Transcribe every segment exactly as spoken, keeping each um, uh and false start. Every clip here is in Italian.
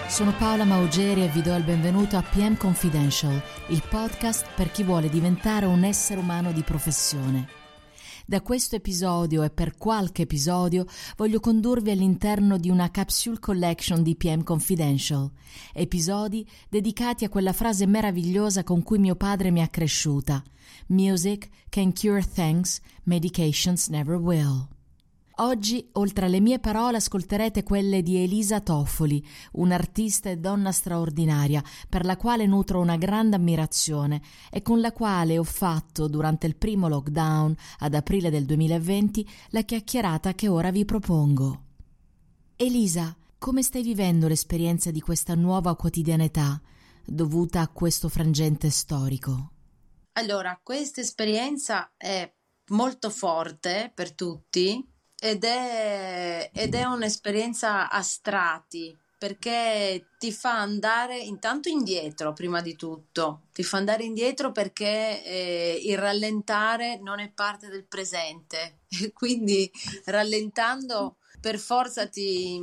Sono Paola Maugeri e vi do il benvenuto a P M Confidential, il podcast per chi vuole diventare un essere umano di professione. Da questo episodio e per qualche episodio voglio condurvi all'interno di una capsule collection di P M Confidential, episodi dedicati a quella frase meravigliosa con cui mio padre mi ha cresciuta: Music can cure things, medications never will. Oggi, oltre alle mie parole, ascolterete quelle di Elisa Toffoli, un'artista e donna straordinaria per la quale nutro una grande ammirazione e con la quale ho fatto, durante il primo lockdown ad aprile del duemilaventi, la chiacchierata che ora vi propongo. Elisa, come stai vivendo l'esperienza di questa nuova quotidianità dovuta a questo frangente storico? Allora, questa esperienza è molto forte per tutti. Ed è, ed è un'esperienza a strati, perché ti fa andare intanto indietro, prima di tutto, ti fa andare indietro perché eh, il rallentare non è parte del presente, e quindi rallentando per forza ti...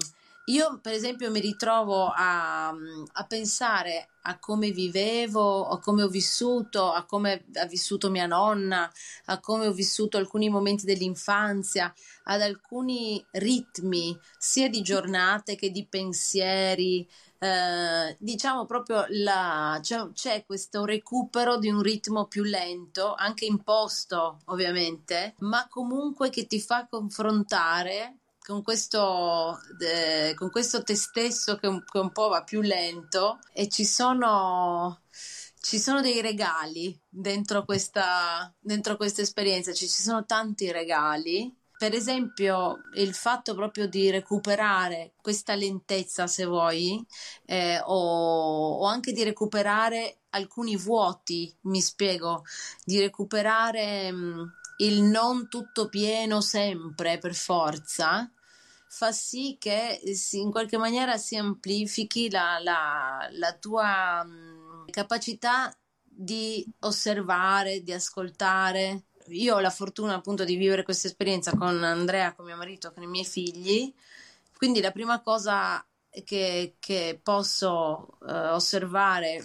Io per esempio mi ritrovo a, a pensare a come vivevo, a come ho vissuto, a come ha vissuto mia nonna, a come ho vissuto alcuni momenti dell'infanzia, ad alcuni ritmi sia di giornate che di pensieri. Eh, diciamo proprio la, c'è, c'è questo recupero di un ritmo più lento, anche imposto ovviamente, ma comunque che ti fa confrontare con questo, eh, con questo te stesso che un, che un po' va più lento, e ci sono ci sono dei regali dentro questa, dentro questa esperienza, ci, ci sono tanti regali. Per esempio, il fatto proprio di recuperare questa lentezza, se vuoi, eh, o, o anche di recuperare alcuni vuoti, mi spiego, di recuperare mh, il non tutto pieno sempre per forza, fa sì che si, in qualche maniera si amplifichi la, la, la tua mh, capacità di osservare, di ascoltare. Io ho la fortuna appunto di vivere questa esperienza con Andrea, con mio marito, con i miei figli, quindi la prima cosa che, che posso eh, osservare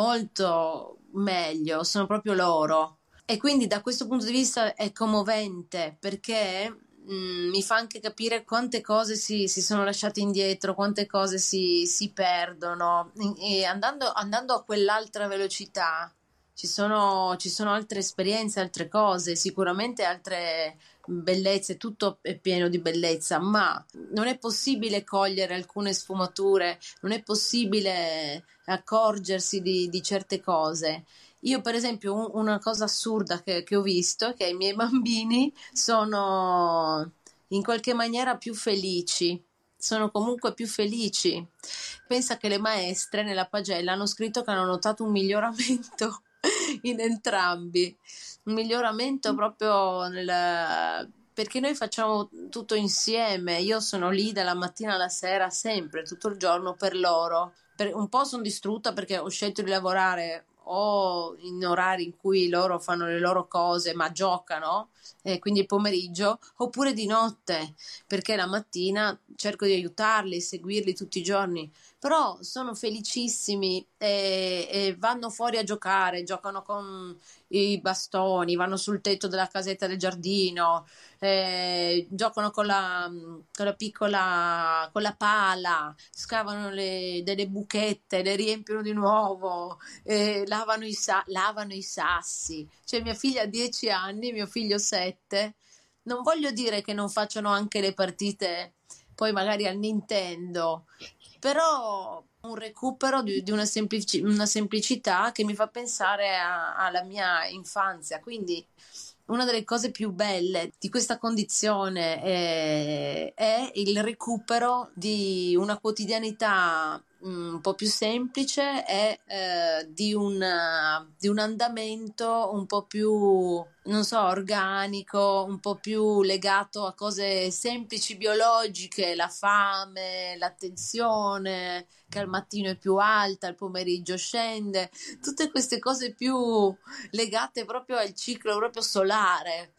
molto meglio sono proprio loro, e quindi da questo punto di vista è commovente, perché mh, mi fa anche capire quante cose si, si sono lasciate indietro, quante cose si, si perdono, e andando, andando a quell'altra velocità ci sono, ci sono altre esperienze, altre cose, sicuramente altre bellezze, tutto è pieno di bellezza, ma non è possibile cogliere alcune sfumature, non è possibile accorgersi di, di certe cose. Io, per esempio, un- una cosa assurda che, che ho visto è che i miei bambini sono in qualche maniera più felici. Sono comunque più felici. Pensa che le maestre nella pagella hanno scritto che hanno notato un miglioramento in entrambi, un miglioramento proprio nel, perché noi facciamo tutto insieme. Io sono lì dalla mattina alla sera, sempre, tutto il giorno per loro. Per, un po' sono distrutta perché ho scelto di lavorare o in orari in cui loro fanno le loro cose ma giocano, e quindi il pomeriggio, oppure di notte, perché la mattina cerco di aiutarli, seguirli tutti i giorni. Però sono felicissimi, e, e vanno fuori a giocare, giocano con i bastoni, vanno sul tetto della casetta del giardino, eh, giocano con la, con la piccola, con la pala, scavano le, delle buchette, le riempiono di nuovo, eh, lavano, i sa- lavano i sassi. Cioè mia figlia ha dieci anni, mio figlio sette. Non voglio dire che non facciano anche le partite poi magari al Nintendo, però un recupero di, di una, semplici- una semplicità che mi fa pensare a- alla mia infanzia. Quindi una delle cose più belle di questa condizione è, è il recupero di una quotidianità mm, un po' più semplice, e eh, di, un, di un andamento un po' più non so, organico, un po' più legato a cose semplici, biologiche, la fame, l'attenzione, che al mattino è più alta, al pomeriggio scende, tutte queste cose più legate proprio al ciclo proprio solare.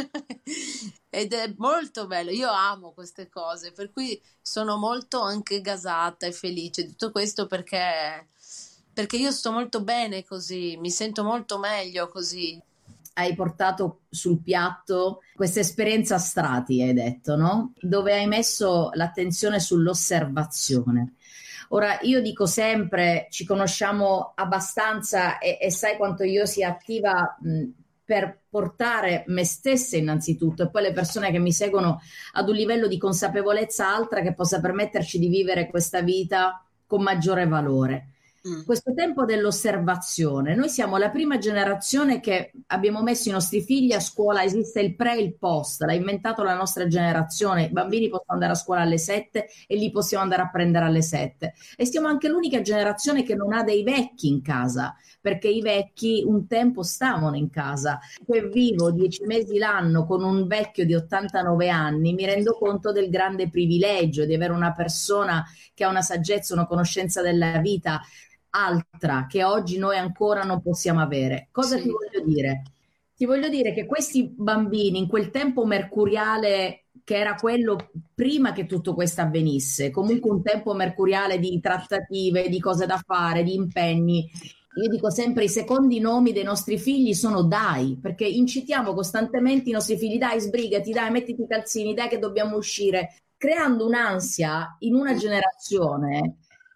Ed è molto bello, io amo queste cose, per cui sono molto anche gasata e felice di tutto questo perché, perché io sto molto bene così, mi sento molto meglio così. Hai portato sul piatto questa esperienza a strati, hai detto, no? Dove hai messo l'attenzione sull'osservazione. Ora, io dico sempre, ci conosciamo abbastanza e, e sai quanto io sia attiva mh, per portare me stessa innanzitutto e poi le persone che mi seguono ad un livello di consapevolezza alta che possa permetterci di vivere questa vita con maggiore valore. Mm. Questo tempo dell'osservazione, noi siamo la prima generazione che abbiamo messo i nostri figli a scuola, esiste il pre e il post, l'ha inventato la nostra generazione, i bambini possono andare a scuola alle sette e li possiamo andare a prendere alle sette e siamo anche l'unica generazione che non ha dei vecchi in casa, perché i vecchi un tempo stavano in casa. Se vivo dieci mesi l'anno con un vecchio di ottantanove anni, mi rendo conto del grande privilegio di avere una persona che ha una saggezza, una conoscenza della vita altra che oggi noi ancora non possiamo avere. Cosa Sì. ti voglio dire? Ti voglio dire che questi bambini in quel tempo mercuriale che era quello prima che tutto questo avvenisse, comunque un tempo mercuriale di trattative, di cose da fare, di impegni. Io dico sempre i secondi nomi dei nostri figli sono dai, perché incitiamo costantemente i nostri figli, dai, sbrigati, dai, mettiti i calzini, dai che dobbiamo uscire, creando un'ansia in una generazione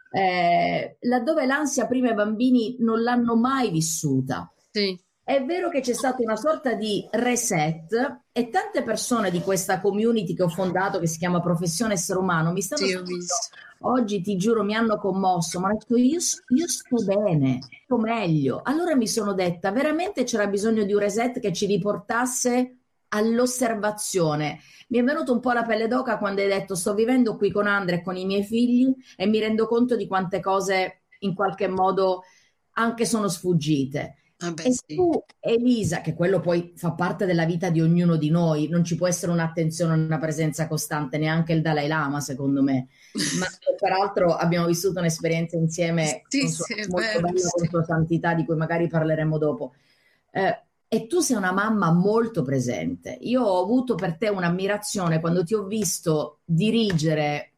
eh, laddove l'ansia prima i bambini non l'hanno mai vissuta. Sì. È vero che c'è stata una sorta di reset e tante persone di questa community che ho fondato, che si chiama Professione Essere Umano, mi stanno Sì, ho scrivendo visto. oggi, ti giuro, mi hanno commosso, ma ho detto io, io sto bene, sto meglio. Allora mi sono detta, veramente c'era bisogno di un reset che ci riportasse all'osservazione. Mi è venuto un po' la pelle d'oca quando hai detto sto vivendo qui con Andrea e con i miei figli e mi rendo conto di quante cose in qualche modo anche sono sfuggite. Vabbè, E sì. tu, Elisa, che quello poi fa parte della vita di ognuno di noi, non ci può essere un'attenzione, una presenza costante, neanche il Dalai Lama, secondo me. Ma peraltro abbiamo vissuto un'esperienza insieme Sì, con sua- sì, è molto vero, bella con sì. Sua Santità, di cui magari parleremo dopo. Eh, e tu sei una mamma molto presente. Io ho avuto per te un'ammirazione quando ti ho visto dirigere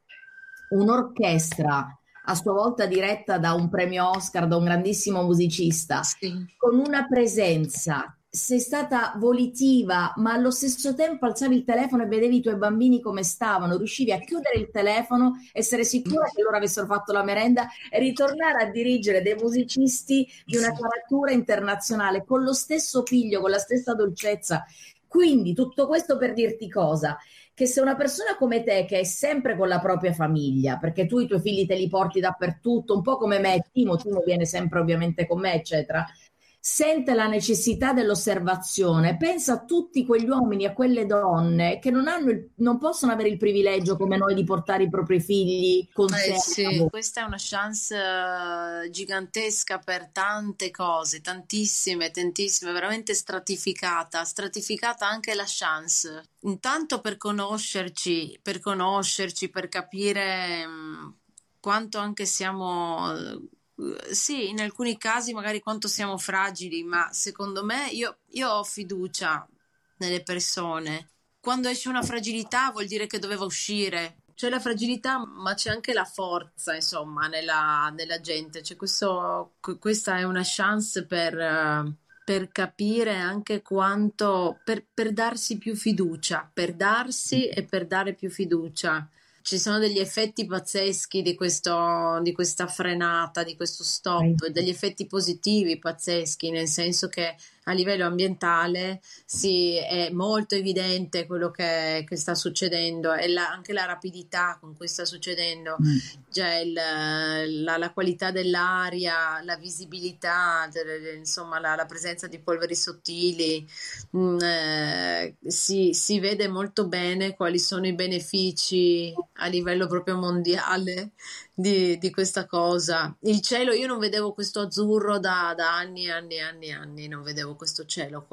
un'orchestra a sua volta diretta da un premio Oscar, da un grandissimo musicista, Sì. con una presenza. Sei stata volitiva, ma allo stesso tempo alzavi il telefono e vedevi i tuoi bambini come stavano, riuscivi a chiudere il telefono, essere sicura che loro avessero fatto la merenda e ritornare a dirigere dei musicisti di una caratura internazionale con lo stesso piglio, con la stessa dolcezza. Quindi tutto questo per dirti cosa? Che se una persona come te, che è sempre con la propria famiglia, perché tu i tuoi figli te li porti dappertutto, un po' come me, Timo, Timo viene sempre ovviamente con me, eccetera, sente la necessità dell'osservazione, pensa a tutti quegli uomini, a quelle donne che non hanno il, non possono avere il privilegio come noi di portare i propri figli con Eh sé al sì, lavoro. questa è una chance eh, gigantesca per tante cose, tantissime, tantissime, veramente stratificata, stratificata anche la chance. Intanto per conoscerci, per conoscerci, per capire mh, quanto anche siamo, eh, sì, in alcuni casi magari quanto siamo fragili, ma secondo me io, io ho fiducia nelle persone. Quando esce una fragilità vuol dire che doveva uscire. C'è la fragilità, ma c'è anche la forza, insomma, nella, nella gente. C'è questo, que- questa è una chance per, eh, per capire anche quanto, per, per darsi più fiducia, per darsi e per dare più fiducia. Ci sono degli effetti pazzeschi di questo, di questa frenata, di questo stop, degli effetti positivi pazzeschi, nel senso che a livello ambientale sì, è molto evidente quello che, che sta succedendo e la- anche la rapidità con cui sta succedendo, Mm. cioè il- la, la qualità dell'aria, la visibilità, de- insomma la, la presenza di polveri sottili, mm, eh, si, si vede molto bene quali sono i benefici a livello proprio mondiale di, di questa cosa. Il cielo, io non vedevo questo azzurro da, da anni e anni e anni e anni, non vedevo questo cielo qua.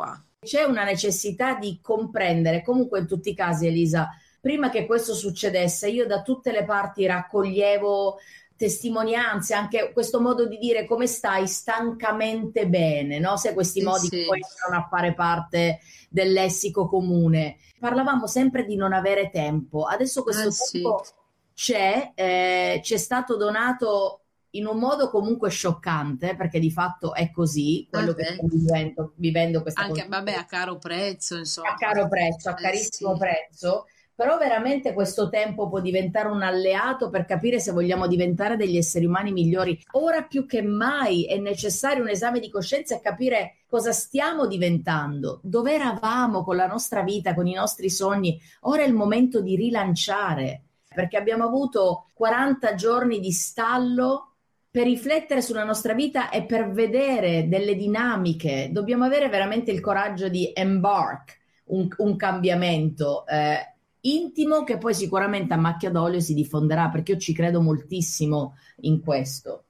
C'è una necessità di comprendere, comunque in tutti i casi, Elisa, prima che questo succedesse, io da tutte le parti raccoglievo testimonianze, anche questo modo di dire come stai stancamente bene, no? Se questi Sì, modi che sì, poi entrano a fare parte del lessico comune. Parlavamo sempre di non avere tempo. Adesso eh questo sì, tempo c'è, eh, ci è stato donato in un modo comunque scioccante, perché di fatto è così, eh quello che beh. stiamo vivendo, vivendo questa Anche, vabbè, a condizione caro prezzo, a insomma. caro prezzo, a Eh carissimo sì. prezzo, però veramente questo tempo può diventare un alleato per capire se vogliamo diventare degli esseri umani migliori. Ora più che mai è necessario un esame di coscienza e capire cosa stiamo diventando, dove eravamo con la nostra vita, con i nostri sogni. Ora è il momento di rilanciare, perché abbiamo avuto quaranta giorni di stallo per riflettere sulla nostra vita e per vedere delle dinamiche. Dobbiamo avere veramente il coraggio di embark un, un cambiamento eh, intimo che poi sicuramente a macchia d'olio si diffonderà, perché io ci credo moltissimo in questo.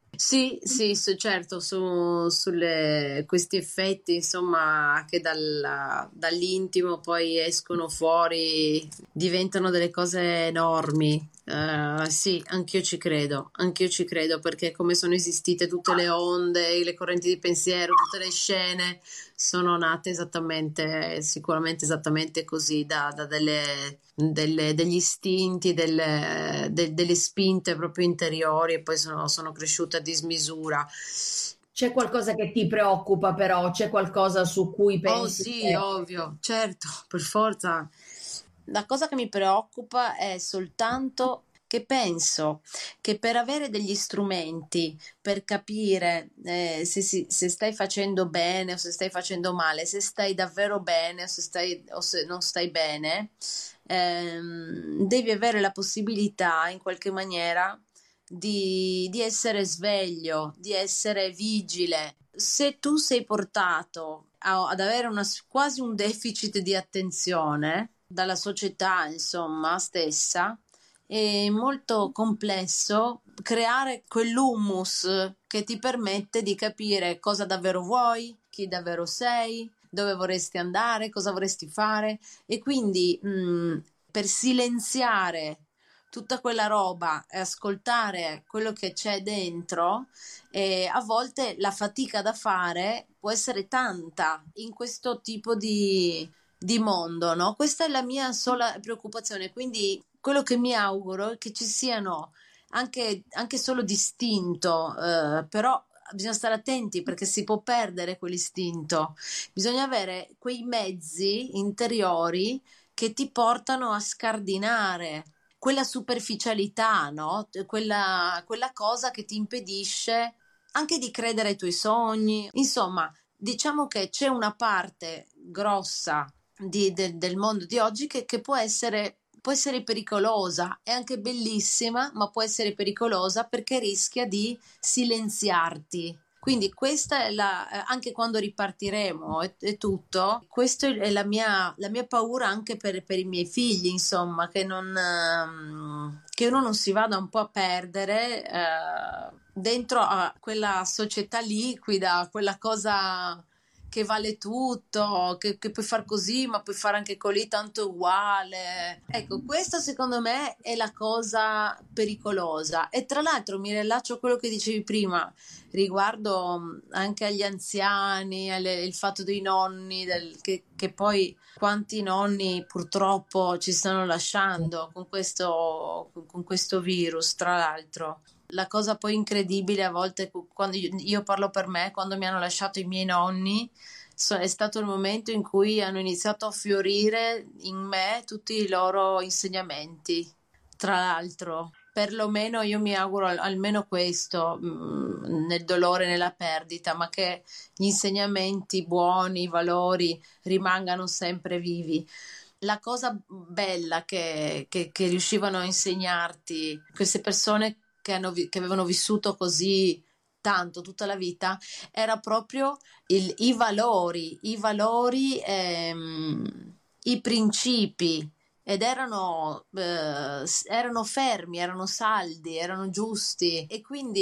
Sì, sì, su- certo, su, sulle, questi effetti, insomma, che dalla- dall'intimo poi escono fuori, diventano delle cose enormi. Eh, sì, anch'io ci credo, anch'io ci credo, perché come sono esistite tutte le onde, le correnti di pensiero, tutte le scene, sono nate esattamente, sicuramente esattamente così, da, da delle, delle- degli istinti, delle, de- delle spinte proprio interiori e poi sono, sono cresciute a dismisura. C'è qualcosa che ti preoccupa però? C'è qualcosa su cui Oh pensi sì, che... ovvio, certo, per forza. La cosa che mi preoccupa è soltanto che penso che per avere degli strumenti, per capire eh, se, si- se stai facendo bene o se stai facendo male, se stai davvero bene o se stai, o se non stai bene, ehm, devi avere la possibilità in qualche maniera di, di essere sveglio, di essere vigile. Se tu sei portato a- ad avere una, quasi un deficit di attenzione dalla società, insomma, stessa, è molto complesso creare quell'humus che ti permette di capire cosa davvero vuoi, chi davvero sei, dove vorresti andare, cosa vorresti fare e quindi mh, per silenziare tutta quella roba e ascoltare quello che c'è dentro, e a volte la fatica da fare può essere tanta in questo tipo di, di mondo, no? Questa è la mia sola preoccupazione, quindi quello che mi auguro è che ci siano anche, anche solo distinto, eh, però bisogna stare attenti perché si può perdere quell'istinto, bisogna avere quei mezzi interiori che ti portano a scardinare quella superficialità, no? Quella, quella cosa che ti impedisce anche di credere ai tuoi sogni. Insomma, diciamo che c'è una parte grossa di- de- del mondo di oggi che, che può essere, può essere pericolosa, è anche bellissima, ma può essere pericolosa perché rischia di silenziarti. Quindi questa è la, eh, anche quando ripartiremo e, e tutto, questa è la mia, la mia paura anche per, per i miei figli, insomma, che non, ehm, che uno non si vada un po' a perdere, eh, dentro a quella società liquida, quella cosa che vale tutto, che, che puoi far così, ma puoi fare anche così, tanto è uguale. Ecco, questa secondo me è la cosa pericolosa. E tra l'altro mi rilaccio a quello che dicevi prima riguardo mh, anche agli anziani, alle- il fatto dei nonni, del- che, che poi quanti nonni purtroppo ci stanno lasciando con questo, con con questo virus, tra l'altro. La cosa poi incredibile a volte, cu- quando io, io parlo per me, quando mi hanno lasciato i miei nonni, so- è stato il momento in cui hanno iniziato a fiorire in me tutti i loro insegnamenti. Tra l'altro, perlomeno io mi auguro al- almeno questo, mh, nel dolore, nella perdita, ma che gli insegnamenti buoni, i valori rimangano sempre vivi. La cosa bella che, che- che riuscivano a insegnarti queste persone che, hanno vi- che avevano vissuto così tanto tutta la vita era proprio il- i valori, i valori, ehm, i principi ed erano, eh, s- erano fermi, erano saldi, erano giusti e quindi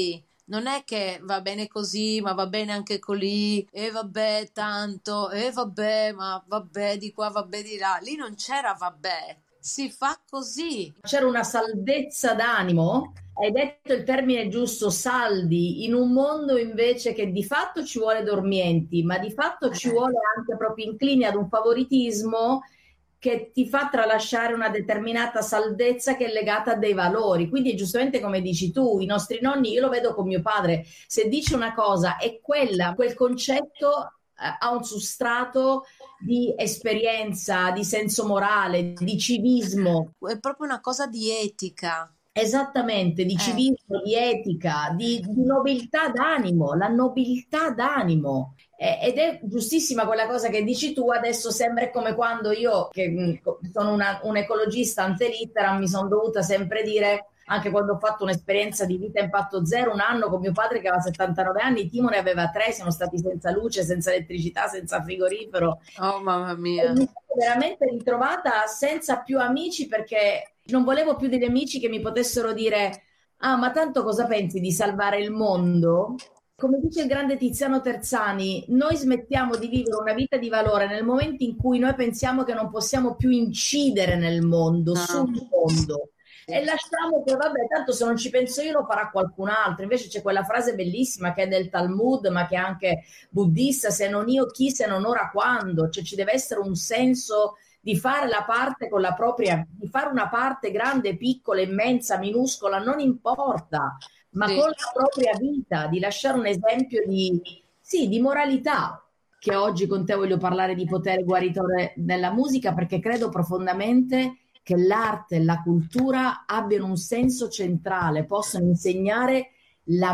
non è che va bene così, ma va bene anche così, e vabbè tanto, e vabbè, ma vabbè di qua, vabbè di là. Lì non c'era vabbè, si fa così. C'era una saldezza d'animo, hai detto il termine giusto, saldi, in un mondo invece che di fatto ci vuole dormienti, ma di fatto ci vuole anche proprio inclini ad un favoritismo che ti fa tralasciare una determinata saldezza che è legata a dei valori. Quindi giustamente come dici tu, i nostri nonni, io lo vedo con mio padre, se dice una cosa è quella, quel concetto eh, ha un substrato di esperienza, di senso morale, di civismo. È proprio una cosa di etica. Esattamente, di Eh, civismo, di etica, di, di nobiltà d'animo, la nobiltà d'animo. Eh, ed è giustissima quella cosa che dici tu, adesso sembra come quando io, che mh, sono una, un ecologista ante litteram, mi sono dovuta sempre dire, anche quando ho fatto un'esperienza di vita a impatto zero, un anno con mio padre che aveva settantanove anni, Timo ne aveva tre, siamo stati senza luce, senza elettricità, senza frigorifero. oh mamma E mia. mi sono veramente ritrovata senza più amici perché non volevo più degli amici che mi potessero dire: ah, ma tanto cosa pensi di salvare il mondo? Come dice il grande Tiziano Terzani, noi smettiamo di vivere una vita di valore nel momento in cui noi pensiamo che non possiamo più incidere nel mondo, No. sul mondo. E lasciamo che, vabbè, tanto se non ci penso io lo farà qualcun altro. Invece c'è quella frase bellissima che è del Talmud, ma che è anche buddista: se non io chi, se non ora quando. Cioè ci deve essere un senso di fare la parte con la propria, di fare una parte grande, piccola, immensa, minuscola, non importa, ma Sì. con la propria vita, di lasciare un esempio di, sì, di moralità. Che oggi con te voglio parlare di potere guaritore nella musica, perché credo profondamente che l'arte e la cultura abbiano un senso centrale, possano insegnare la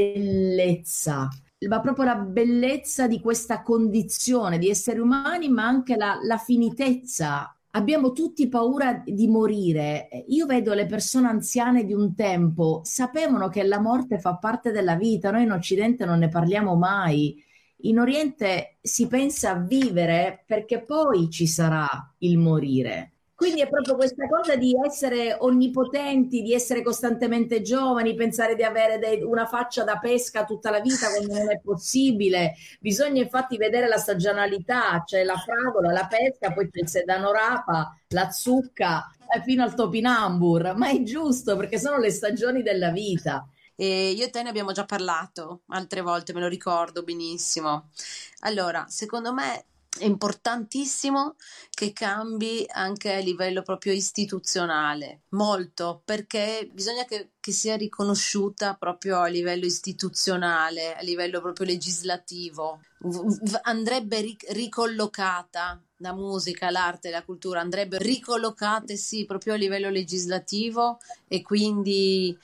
bellezza, ma proprio la bellezza di questa condizione di esseri umani, ma anche la, la finitezza. Abbiamo tutti paura di morire. Io vedo le persone anziane di un tempo, sapevano che la morte fa parte della vita, noi in Occidente non ne parliamo mai. In Oriente si pensa a vivere perché poi ci sarà il morire. Quindi è proprio questa cosa di essere onnipotenti, di essere costantemente giovani, pensare di avere de- una faccia da pesca tutta la vita quando non è possibile. Bisogna infatti vedere la stagionalità, c'è la fragola, la pesca, poi c'è il sedano rapa, la zucca, eh, fino al topinambur. Ma è giusto perché sono le stagioni della vita. E io e te ne abbiamo già parlato altre volte, me lo ricordo benissimo. Allora, secondo me è importantissimo che cambi anche a livello proprio istituzionale, molto, perché bisogna che, che sia riconosciuta proprio a livello istituzionale, a livello proprio legislativo. V- v- andrebbe ric- ricollocata la musica, l'arte, la cultura, andrebbe ricollocate sì proprio a livello legislativo e quindi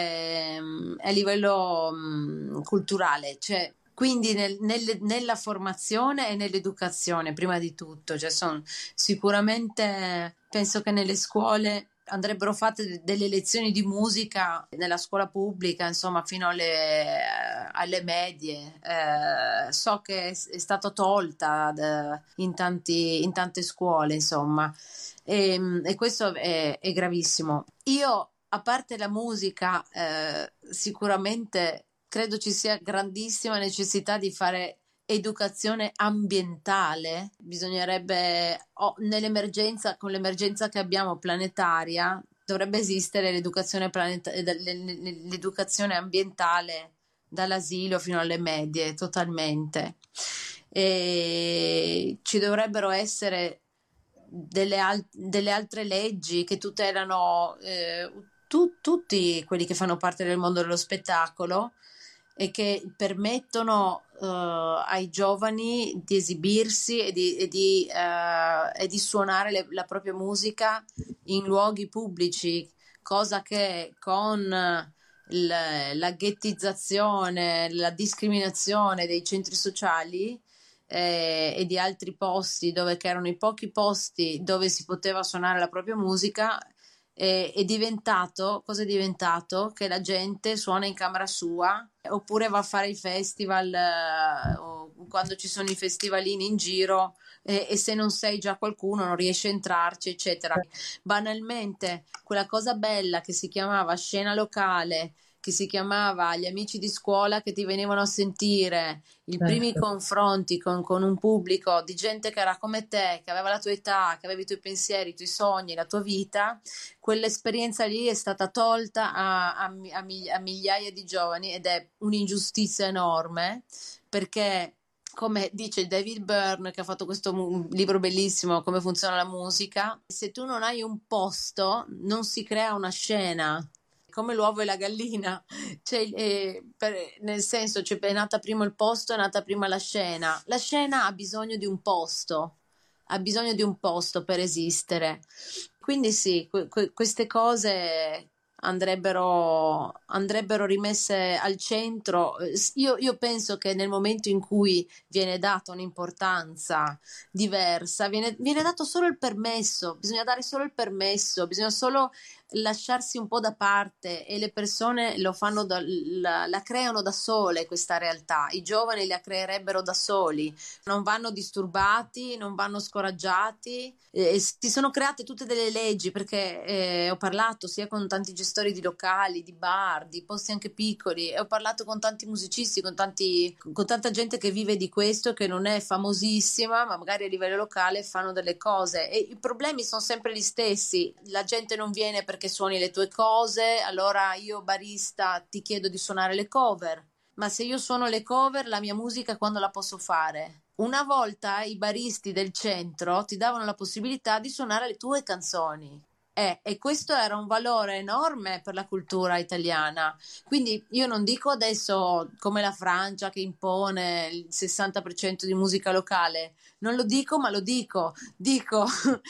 ehm, a livello mh, culturale, cioè quindi nel- nelle- nella formazione e nell'educazione prima di tutto, cioè son, sicuramente penso che nelle scuole andrebbero fatte de- delle lezioni di musica nella scuola pubblica, insomma, fino alle, alle medie. Eh, so che è, è stata tolta da- in tanti- in tante scuole, insomma, e, e questo è, è gravissimo. Io, a parte la musica, eh, sicuramente credo ci sia grandissima necessità di fare educazione ambientale. Bisognerebbe, oh, nell'emergenza, con l'emergenza che abbiamo planetaria, dovrebbe esistere l'educazione, planeta- eh, l'educazione ambientale dall'asilo fino alle medie, totalmente. E ci dovrebbero essere delle, al- delle altre leggi che tutelano eh, tu- tutti quelli che fanno parte del mondo dello spettacolo e che permettono eh, ai giovani di esibirsi e di, e di, eh, e di suonare le- la propria musica in luoghi pubblici, cosa che con il- la ghettizzazione, la discriminazione dei centri sociali eh, e di altri posti dove che erano i pochi posti dove si poteva suonare la propria musica, eh, è diventato, cosa è diventato? Che la gente suona in camera sua oppure va a fare i festival eh, o quando ci sono i festivalini in giro eh, e se non sei già qualcuno non riesci a entrarci, eccetera. Banalmente, quella cosa bella che si chiamava scena locale, che si chiamava Gli amici di scuola che ti venivano a sentire, i primi Certo. confronti con, con un pubblico di gente che era come te, che aveva la tua età, che aveva i tuoi pensieri, i tuoi sogni, la tua vita, quell'esperienza lì è stata tolta a, a, a, a migliaia di giovani ed è un'ingiustizia enorme, perché come dice David Byrne, che ha fatto questo mu- libro bellissimo, Come funziona la musica, se tu non hai un posto, non si crea una scena, come l'uovo e la gallina, cioè, eh, per- nel senso, cioè, è nata prima il posto, è nata prima la scena. La scena ha bisogno di un posto, ha bisogno di un posto per esistere. Quindi sì, que- que- queste cose andrebbero, andrebbero rimesse al centro. Eh, s- Io, io penso che nel momento in cui viene data un'importanza diversa, viene, viene dato solo il permesso, bisogna dare solo il permesso, bisogna solo lasciarsi un po' da parte e le persone lo fanno da, la, la creano da sole questa realtà, i giovani la creerebbero da soli, non vanno disturbati, non vanno scoraggiati, eh, si sono create tutte delle leggi perché eh, ho parlato sia con tanti gestori di locali, di bar, di posti anche piccoli e ho parlato con tanti musicisti, con, tanti, con tanta gente che vive di questo, che non è famosissima ma magari a livello locale fanno delle cose e i problemi sono sempre gli stessi, la gente non viene perché suoni le tue cose, allora io barista ti chiedo di suonare le cover, ma se io suono le cover la mia musica quando la posso fare? Una volta i baristi del centro ti davano la possibilità di suonare le tue canzoni. Eh, e questo era un valore enorme per la cultura italiana. Quindi io non dico adesso come la Francia che impone il sessanta per cento di musica locale, non lo dico, ma lo dico. Dico,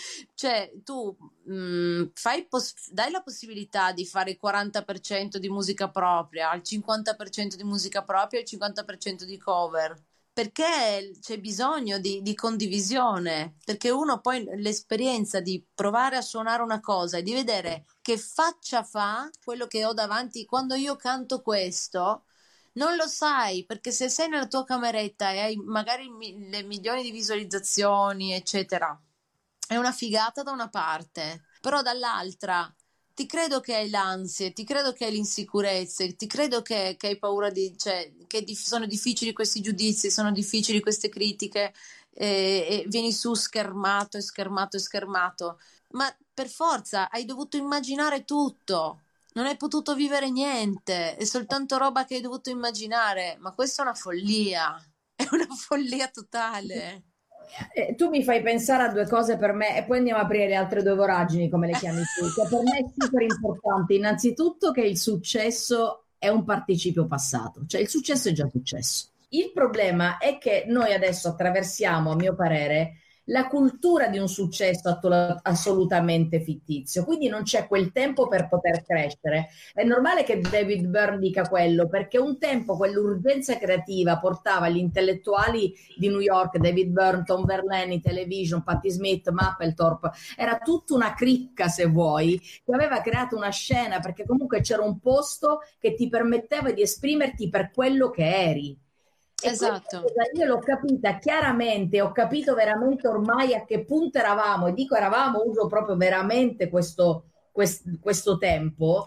cioè tu mh, fai pos- dai la possibilità di fare il quaranta per cento di musica propria, il cinquanta per cento di musica propria e il cinquanta per cento di cover. Perché c'è bisogno di, di condivisione, perché uno poi l'esperienza di provare a suonare una cosa e di vedere che faccia fa quello che ho davanti quando io canto questo, non lo sai, perché se sei nella tua cameretta e hai magari mi- le milioni di visualizzazioni, eccetera, è una figata da una parte, però dall'altra ti credo che hai l'ansia, ti credo che hai l'insicurezza, ti credo che, che hai paura di, cioè, che dif- sono difficili questi giudizi, sono difficili queste critiche, e, e vieni su schermato e schermato e schermato, ma per forza hai dovuto immaginare tutto, non hai potuto vivere niente, è soltanto roba che hai dovuto immaginare, ma questa è una follia, è una follia totale. Eh, tu mi fai pensare a due cose per me e poi andiamo a aprire le altre due voragini, come le chiami tu, che per me è super importante. Innanzitutto che il successo è un participio passato, cioè il successo è già successo. Il problema è che noi adesso attraversiamo, a mio parere, la cultura di un successo atto- assolutamente fittizio, quindi non c'è quel tempo per poter crescere. È normale che David Byrne dica quello, perché un tempo quell'urgenza creativa portava gli intellettuali di New York, David Byrne, Tom Verlaine, Television, Patti Smith, Mapplethorpe, era tutta una cricca, se vuoi, che aveva creato una scena, perché comunque c'era un posto che ti permetteva di esprimerti per quello che eri. E questa Esatto. cosa io l'ho capita chiaramente, ho capito veramente ormai a che punto eravamo, e dico eravamo, uso proprio veramente questo, quest- questo tempo,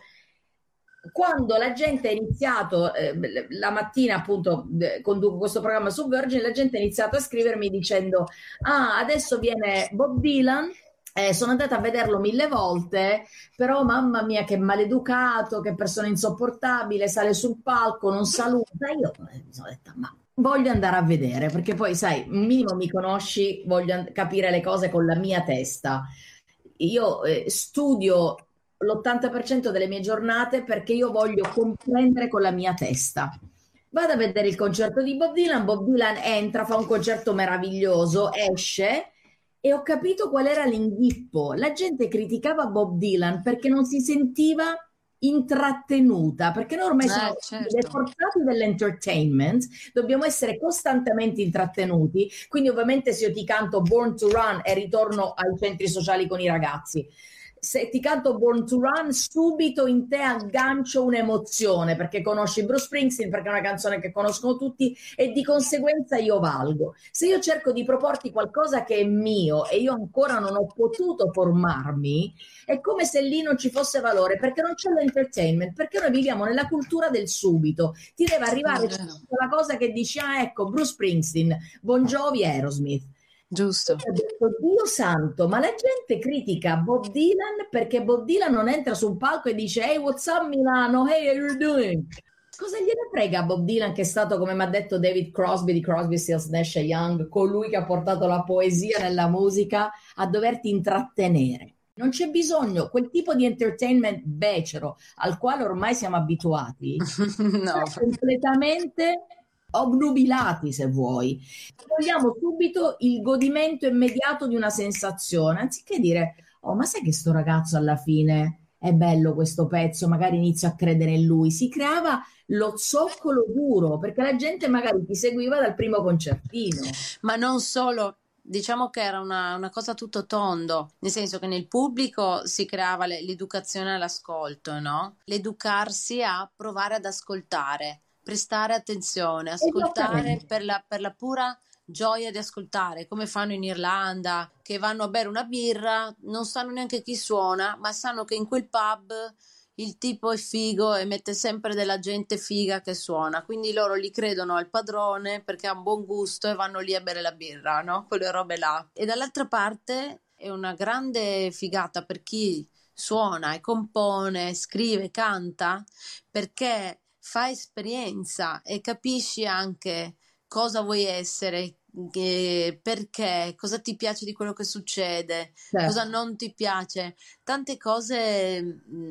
quando la gente ha iniziato, eh, la mattina appunto eh, conduco questo programma su Virgin, la gente ha iniziato a scrivermi dicendo, ah, adesso viene Bob Dylan, eh, sono andata a vederlo mille volte, però mamma mia che maleducato, che persona insopportabile, sale sul palco, non saluta. Io eh, mi sono detta, ma voglio andare a vedere, perché poi sai, un minimo mi conosci, voglio and- capire le cose con la mia testa. Io eh, studio l'ottanta per cento delle mie giornate perché io voglio comprendere con la mia testa. Vado a vedere il concerto di Bob Dylan, Bob Dylan entra, fa un concerto meraviglioso, esce e ho capito qual era l'inghippo. La gente criticava Bob Dylan perché non si sentiva intrattenuta, perché noi ormai siamo Eh, dei certo. forzati dell'entertainment, dobbiamo essere costantemente intrattenuti, quindi ovviamente se io ti canto Born to Run e ritorno ai centri sociali con i ragazzi, se ti canto Born to Run, subito in te aggancio un'emozione, perché conosci Bruce Springsteen, perché è una canzone che conoscono tutti e di conseguenza io valgo. Se io cerco di proporti qualcosa che è mio e io ancora non ho potuto formarmi, è come se lì non ci fosse valore, perché non c'è l'entertainment, perché noi viviamo nella cultura del subito. Ti deve arrivare la cosa che dici, ah ecco, Bruce Springsteen, Bon Jovi, Aerosmith. Giusto. Ho detto, Dio santo, ma la gente critica Bob Dylan perché Bob Dylan non entra su un palco e dice hey, what's up Milano, hey, how you doing? Cosa gliene frega a Bob Dylan, che è stato, come mi ha detto David Crosby di Crosby, Stills, Nash e Young, colui che ha portato la poesia nella musica, a doverti intrattenere? Non c'è bisogno, quel tipo di entertainment becero al quale ormai siamo abituati, no. completamente obnubilati, se vuoi. Vogliamo subito il godimento immediato di una sensazione, anziché dire, oh, ma sai che sto ragazzo alla fine è bello questo pezzo, magari inizio a credere in lui. Si creava lo zoccolo duro, perché la gente magari ti seguiva dal primo concertino. Ma non solo, diciamo che era una, una cosa tutto tondo, nel senso che nel pubblico si creava le, l'educazione all'ascolto, no? L'educarsi a provare ad ascoltare, prestare attenzione, ascoltare per la, per la pura gioia di ascoltare, come fanno in Irlanda, che vanno a bere una birra, non sanno neanche chi suona, ma sanno che in quel pub il tipo è figo e mette sempre della gente figa che suona, quindi loro li credono al padrone perché ha un buon gusto e vanno lì a bere la birra, no? Quelle robe là. E dall'altra parte è una grande figata per chi suona e compone, scrive, canta, perché fa esperienza e capisci anche cosa vuoi essere, che, perché, cosa ti piace di quello che succede, certo. Cosa non ti piace, tante cose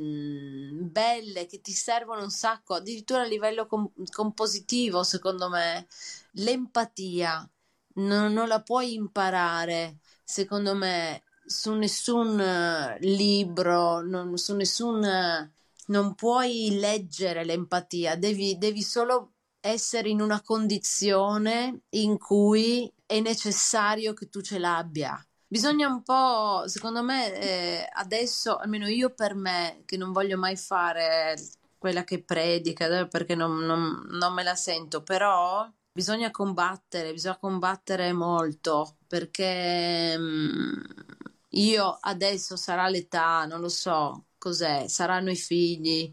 mh, belle che ti servono un sacco, addirittura a livello com- compositivo, secondo me. L'empatia non, non la puoi imparare, secondo me, su nessun uh, libro, non, su nessun uh, non puoi leggere l'empatia, devi, devi solo essere in una condizione in cui è necessario che tu ce l'abbia. Bisogna un po', secondo me, eh, adesso, almeno io per me, che non voglio mai fare quella che predica, perché non, non, non me la sento, però bisogna combattere, bisogna combattere molto, perché mh, io adesso sarà l'età, non lo so, cos'è, saranno i figli,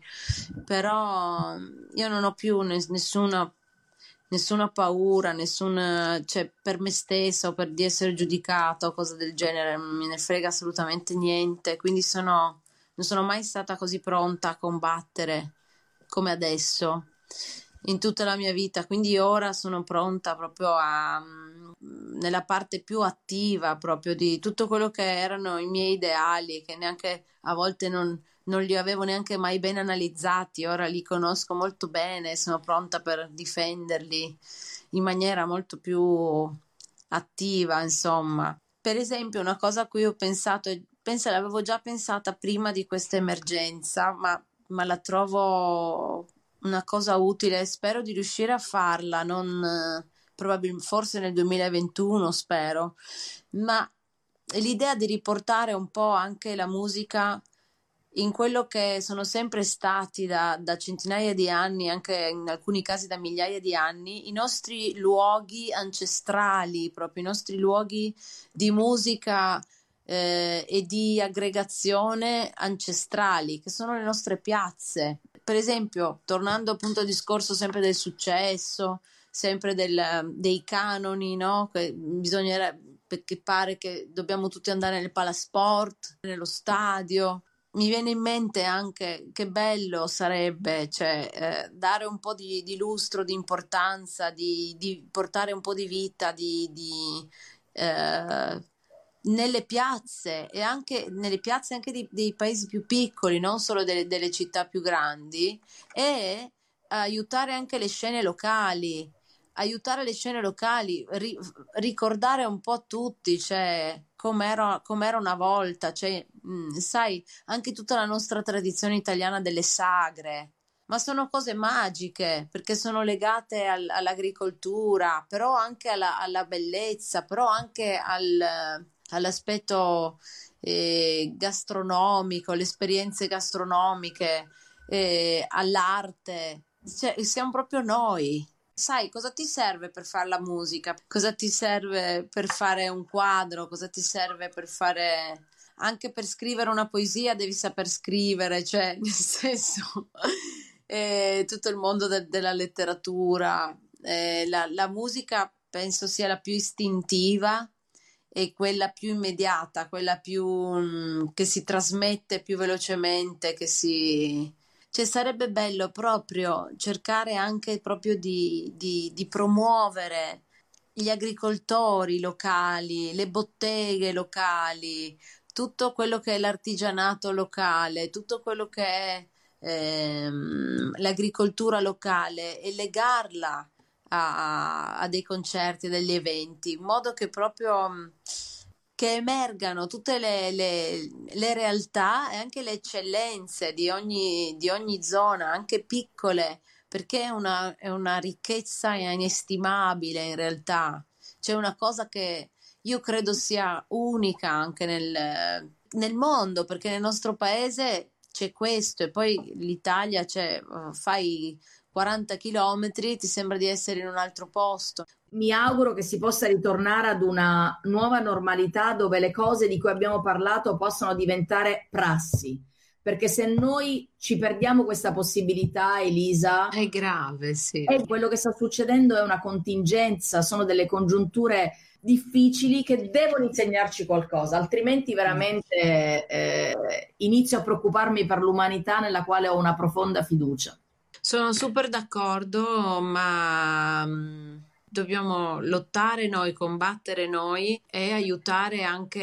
però io non ho più nessuna, nessuna paura, nessuna, cioè per me stessa o per di essere giudicata o cose del genere, non me ne frega assolutamente niente, quindi sono, non sono mai stata così pronta a combattere come adesso in tutta la mia vita, quindi ora sono pronta proprio a nella parte più attiva proprio di tutto quello che erano i miei ideali, che neanche a volte non, non li avevo neanche mai ben analizzati, ora li conosco molto bene, sono pronta per difenderli in maniera molto più attiva, insomma. Per esempio, una cosa a cui ho pensato, penso l'avevo già pensata prima di questa emergenza, ma, ma la trovo una cosa utile, spero di riuscire a farla, non probabilmente forse nel duemilaventuno, spero, ma l'idea di riportare un po' anche la musica in quello che sono sempre stati da, da centinaia di anni, anche in alcuni casi da migliaia di anni, i nostri luoghi ancestrali, proprio i nostri luoghi di musica eh, e di aggregazione ancestrali, che sono le nostre piazze. Per esempio, tornando appunto al discorso sempre del successo, sempre del, dei canoni, no? Che bisognerà, perché pare che dobbiamo tutti andare nel palasport, nello stadio. Mi viene in mente anche che bello sarebbe, cioè, eh, dare un po' di, di lustro, di importanza, di, di portare un po' di vita di, di, eh, nelle piazze e anche nelle piazze anche di, dei paesi più piccoli, non solo delle, delle città più grandi, e aiutare anche le scene locali. Aiutare le scene locali, ri- ricordare un po' tutti, cioè com'era, com'era una volta, cioè, mh, sai, anche tutta la nostra tradizione italiana delle sagre, ma sono cose magiche perché sono legate al, all'agricoltura, però anche alla, alla bellezza, però anche al, all'aspetto eh, gastronomico, le esperienze gastronomiche, eh, all'arte, cioè, siamo proprio noi. Sai cosa ti serve per fare la musica? Cosa ti serve per fare un quadro? Cosa ti serve per fare... Anche per scrivere una poesia devi saper scrivere, cioè nel senso eh, tutto il mondo de- della letteratura, eh, la, la musica penso sia la più istintiva e quella più immediata, quella più mm, che si trasmette più velocemente, che si... Cioè sarebbe bello proprio cercare anche proprio di, di, di promuovere gli agricoltori locali, le botteghe locali, tutto quello che è l'artigianato locale, tutto quello che è ehm, l'agricoltura locale e legarla a, a dei concerti, a degli eventi, in modo che proprio mh, che emergano tutte le, le- le realtà e anche le eccellenze di ogni, di ogni zona, anche piccole, perché è una, è una ricchezza inestimabile in realtà. C'è una cosa che io credo sia unica anche nel, nel mondo, perché nel nostro paese c'è questo e poi l'Italia c'è, eh, fai quaranta chilometri, ti sembra di essere in un altro posto. Mi auguro che si possa ritornare ad una nuova normalità dove le cose di cui abbiamo parlato possano diventare prassi, perché se noi ci perdiamo questa possibilità, Elisa, È grave, sì. e quello che sta succedendo è una contingenza, sono delle congiunture difficili che devono insegnarci qualcosa, altrimenti veramente eh, inizio a preoccuparmi per l'umanità nella quale ho una profonda fiducia. Sono super d'accordo, ma mh, dobbiamo lottare noi, combattere noi e aiutare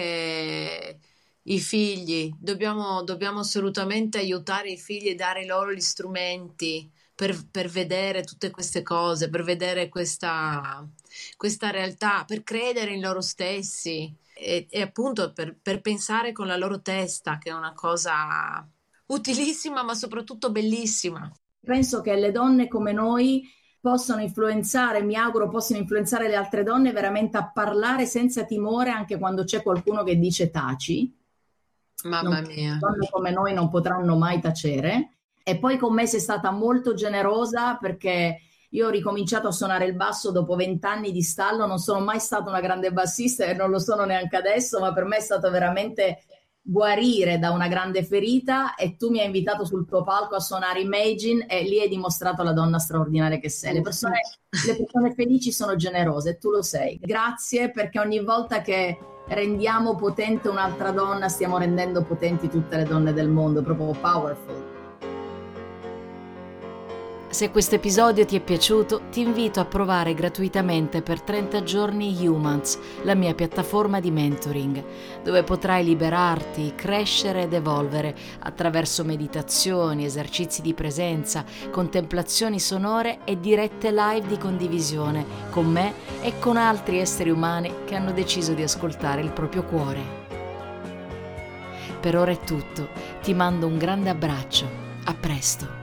anche i figli. Dobbiamo, dobbiamo assolutamente aiutare i figli e dare loro gli strumenti per, per vedere tutte queste cose, per vedere questa, questa realtà, per credere in loro stessi e, e appunto per, per pensare con la loro testa, che è una cosa utilissima, ma soprattutto bellissima. Penso che le donne come noi possano influenzare, mi auguro possano influenzare le altre donne veramente a parlare senza timore anche quando c'è qualcuno che dice taci. Mamma Non, mia. donne come noi non potranno mai tacere. E poi con me sei stata molto generosa perché io ho ricominciato a suonare il basso dopo vent'anni di stallo, non sono mai stata una grande bassista e non lo sono neanche adesso, ma per me è stato veramente guarire da una grande ferita e tu mi hai invitato sul tuo palco a suonare Imagine e lì hai dimostrato la donna straordinaria che sei. Le persone, le persone felici sono generose e tu lo sei. Grazie, perché ogni volta che rendiamo potente un'altra donna stiamo rendendo potenti tutte le donne del mondo, proprio powerful. Se questo episodio ti è piaciuto, ti invito a provare gratuitamente per trenta giorni Humans, la mia piattaforma di mentoring, dove potrai liberarti, crescere ed evolvere attraverso meditazioni, esercizi di presenza, contemplazioni sonore e dirette live di condivisione con me e con altri esseri umani che hanno deciso di ascoltare il proprio cuore. Per ora è tutto, ti mando un grande abbraccio, a presto.